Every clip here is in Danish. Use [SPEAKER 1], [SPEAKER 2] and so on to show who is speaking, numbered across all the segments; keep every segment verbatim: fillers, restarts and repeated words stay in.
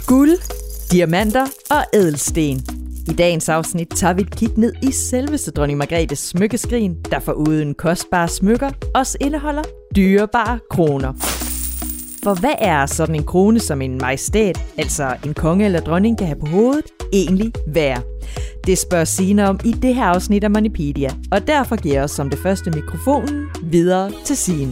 [SPEAKER 1] Guld, diamanter og ædelsten. I dagens afsnit tager vi et kig ned i selveste dronning Margrethes smykkeskrin, der foruden kostbare smykker også indeholder dyrebare kroner. For hvad er sådan en krone, som en majestæt, altså en konge eller dronning, kan have på hovedet, egentlig værd? Det spørger Signe om i det her afsnit af Moneypedia, og derfor giver jeg os som det første mikrofonen videre til Signe.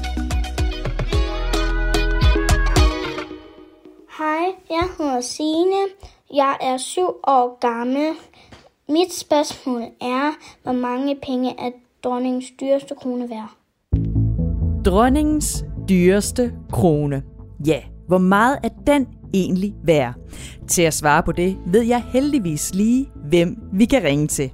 [SPEAKER 2] Hej, jeg hedder Signe. Jeg er syv år gammel. Mit spørgsmål er, hvor mange penge er dronningens dyreste krone værd?
[SPEAKER 1] Dronningens dyreste krone. Ja, hvor meget er den egentlig værd? Til at svare på det, ved jeg heldigvis lige, hvem vi kan ringe til.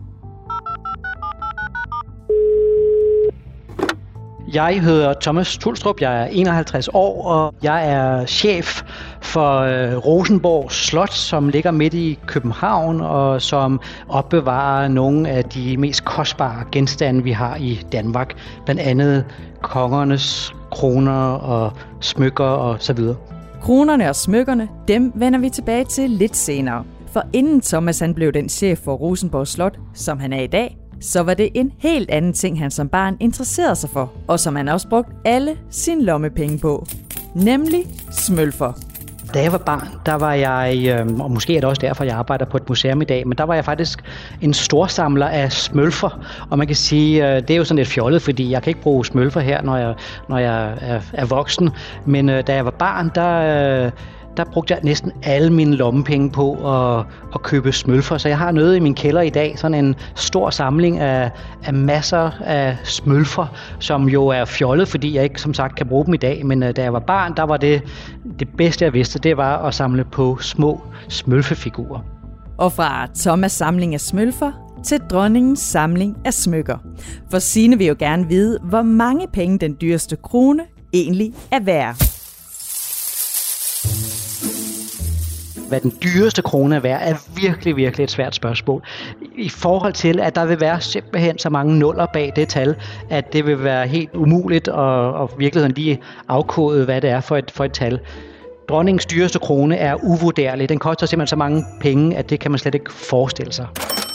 [SPEAKER 3] Jeg hedder Thomas Tulstrup, jeg er enoghalvtreds år, og jeg er chef for øh, Rosenborg Slot, som ligger midt i København, og som opbevarer nogle af de mest kostbare genstande, vi har i Danmark. Blandt andet kongernes kroner og smykker og så videre.
[SPEAKER 1] Kronerne og smykkerne, dem vender vi tilbage til lidt senere. For inden Thomas han blev den chef for Rosenborg Slot, som han er i dag, så var det en helt anden ting, han som barn interesserede sig for, og som han også brugte alle sine lommepenge på, nemlig smølfer.
[SPEAKER 3] Da jeg var barn, der var jeg, og måske er det også derfor, jeg arbejder på et museum i dag, men der var jeg faktisk en storsamler af smølfer, og man kan sige, det er jo sådan lidt fjollet, fordi jeg kan ikke bruge smølfer her, når jeg, når jeg er, er voksen, men da jeg var barn, der... der brugte jeg næsten alle mine lommepenge på at, at købe smølfer. Så jeg har noget i min kælder i dag, sådan en stor samling af, af masser af smølfer, som jo er fjollet, fordi jeg ikke som sagt kan bruge dem i dag. Men da jeg var barn, der var det det bedste, jeg vidste, det var at samle på små smølfefigurer.
[SPEAKER 1] Og fra Thomas' samling af smølfer til dronningens samling af smykker. For Signe vil jo gerne vide, hvor mange penge den dyreste krone egentlig er værd.
[SPEAKER 3] Hvad den dyreste krone er værd, er virkelig, virkelig et svært spørgsmål. I forhold til, at der vil være simpelthen så mange nuller bag det tal, at det vil være helt umuligt at, at virkeligheden lige afkode, hvad det er for et, for et tal. Dronningens dyreste krone er uvurderlig. Den koster simpelthen så mange penge, at det kan man slet ikke forestille sig.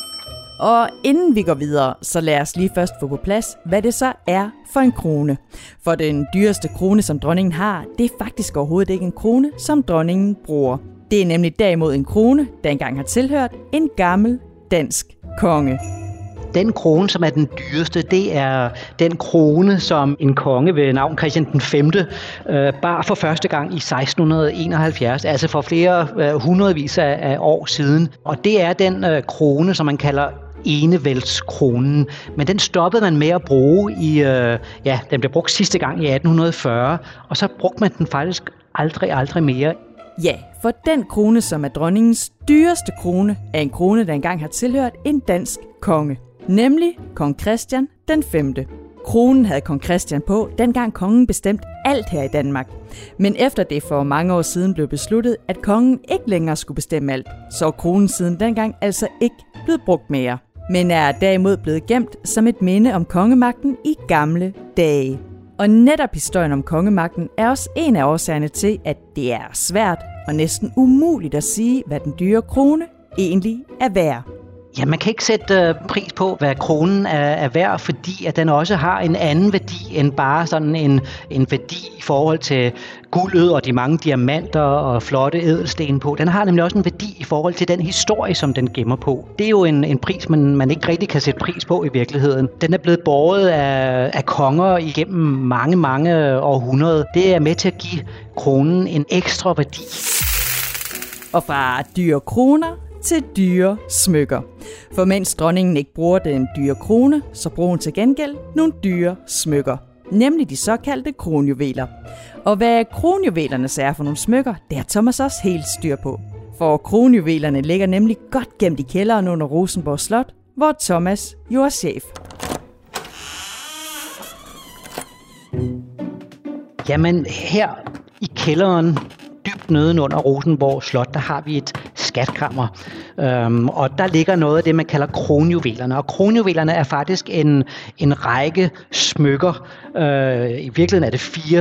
[SPEAKER 1] Og inden vi går videre, så lad os lige først få på plads, hvad det så er for en krone. For den dyreste krone, som dronningen har, det er faktisk overhovedet ikke en krone, som dronningen bruger. Det er nemlig derimod en krone, der engang har tilhørt en gammel dansk konge.
[SPEAKER 3] Den krone, som er den dyreste, det er den krone, som en konge ved navn Christian den femte øh, bar for første gang i seksten enoghalvfjerds, altså for flere øh, hundredvis af, af år siden. Og det er den øh, krone, som man kalder enevældskronen, men den stoppede man med at bruge i, øh, ja, den blev brugt sidste gang i atten fyrre, og så brugte man den faktisk aldrig, aldrig mere.
[SPEAKER 1] Ja, for den krone, som er dronningens dyreste krone, er en krone, der engang har tilhørt en dansk konge, nemlig kong Christian den femte. Kronen havde kong Christian på, dengang kongen bestemte alt her i Danmark. Men efter det for mange år siden blev besluttet, at kongen ikke længere skulle bestemme alt, så er kronen siden dengang altså ikke blevet brugt mere, men er derimod blevet gemt som et minde om kongemagten i gamle dage. Og netop historien om kongemagten er også en af årsagerne til, at det er svært og næsten umuligt at sige, hvad den dyre krone egentlig er værd.
[SPEAKER 3] Ja, man kan ikke sætte pris på, hvad kronen er, er værd, fordi at den også har en anden værdi end bare sådan en, en værdi i forhold til guldet og de mange diamanter og flotte ædelsten på. Den har nemlig også en værdi i forhold til den historie, som den gemmer på. Det er jo en, en pris, man, man ikke rigtig kan sætte pris på i virkeligheden. Den er blevet båret af, af konger igennem mange, mange århundreder. Det er med til at give kronen en ekstra værdi.
[SPEAKER 1] Og fra dyre kroner til dyre smykker. For mens dronningen ikke bruger den dyre krone, så bruger hun til gengæld nogle dyre smykker. Nemlig de såkaldte kronjuveler. Og hvad kronjuvelerne så er for nogle smykker, det har Thomas også helt styr på. For kronjuvelerne ligger nemlig godt gemt i kælderen under Rosenborg Slot, hvor Thomas jo er chef.
[SPEAKER 3] Jamen her i kælderen, dybt neden under Rosenborg Slot, der har vi et skatkammer, øhm, og der ligger noget af det, man kalder kronjuvelerne. Og kronjuvelerne er faktisk en, en række smykker. Øh, I virkeligheden er det fire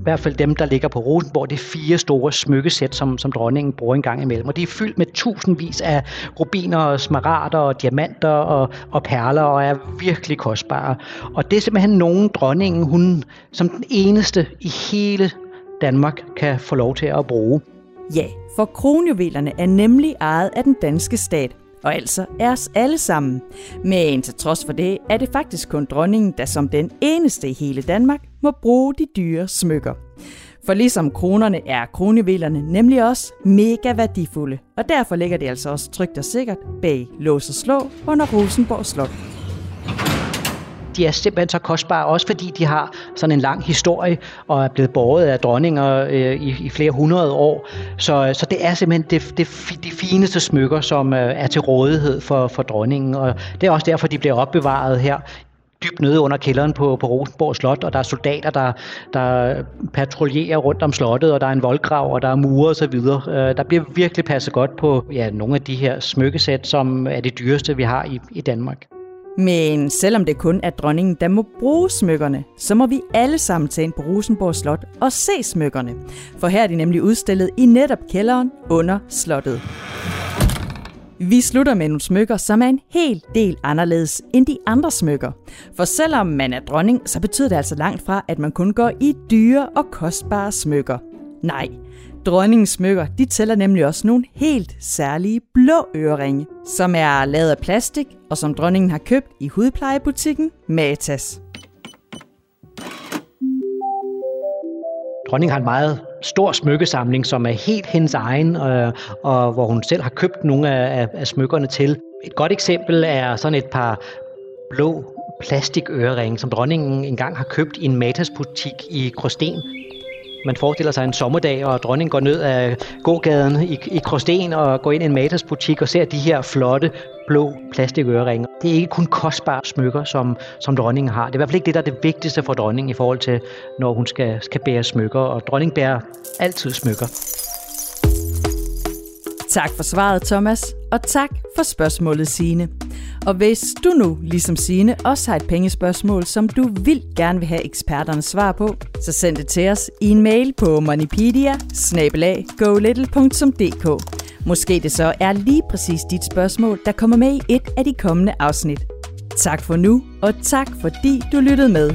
[SPEAKER 3] i hvert fald dem, der ligger på Rosenborg, det er fire store smykkesæt, som, som dronningen bruger en gang imellem. Og de er fyldt med tusindvis af rubiner, og smaragder og diamanter og, og perler, og er virkelig kostbare. Og det er simpelthen nogen dronningen, hun som den eneste i hele Danmark kan få lov til at bruge.
[SPEAKER 1] Ja, for kronjuvelerne er nemlig ejet af den danske stat, og altså er os alle sammen. Men til trods for det, er det faktisk kun dronningen, der som den eneste i hele Danmark må bruge de dyre smykker. For ligesom kronerne er kronjuvelerne nemlig også mega værdifulde, og derfor ligger de altså også trygt og sikkert bag lås og slå under Rosenborg Slot.
[SPEAKER 3] De er simpelthen så kostbare, også fordi de har sådan en lang historie og er blevet båret af dronninger øh, i, i flere hundrede år. Så, så det er simpelthen det, det, de fineste smykker, som øh, er til rådighed for, for dronningen. Og det er også derfor, de bliver opbevaret her dybt nede under kælderen på, på Rosenborg Slot, og der er soldater, der, der patruljerer rundt om slottet, og der er en voldgrav, og der er mure og så videre. Øh, der bliver virkelig passet godt på ja, nogle af de her smykkesæt, som er det dyreste, vi har i, i Danmark.
[SPEAKER 1] Men selvom det kun er dronningen, der må bruge smykkerne, så må vi alle sammen tage ind på Rosenborg Slot og se smykkerne. For her er de nemlig udstillet i netop kælderen under slottet. Vi slutter med nogle smykker, som er en hel del anderledes end de andre smykker. For selvom man er dronning, så betyder det altså langt fra, at man kun går i dyre og kostbare smykker. Nej, dronningens smykker, de tæller nemlig også nogle helt særlige blå øreringe, som er lavet af plastik, og som dronningen har købt i hudplejebutikken Matas.
[SPEAKER 3] Dronningen har en meget stor smykkesamling, som er helt hendes egen, og, og hvor hun selv har købt nogle af, af smykkerne til. Et godt eksempel er sådan et par blå plastikøreringe, som dronningen engang har købt i en Matas-butik i Gråsten. Man forestiller sig en sommerdag, og dronningen går ned ad gågaden i, i Gråsten og går ind i en Matas-butik og ser de her flotte blå plastikøreringe. Det er ikke kun kostbare smykker, som, som dronningen har. Det er i hvert fald ikke det, der er det vigtigste for dronningen i forhold til, når hun skal, skal bære smykker. Og dronningen bærer altid smykker.
[SPEAKER 1] Tak for svaret, Thomas, og tak for spørgsmålet, Signe. Og hvis du nu, ligesom Signe, også har et pengespørgsmål, som du vildt gerne vil have eksperternes svar på, så send det til os i en mail på moneypedia bindestreg go little punktum d k. Måske det så er lige præcis dit spørgsmål, der kommer med i et af de kommende afsnit. Tak for nu, og tak fordi du lyttede med.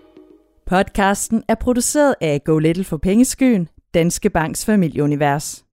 [SPEAKER 1] Podcasten er produceret af Go Little for Pengeskyen, Danske Banks familieunivers.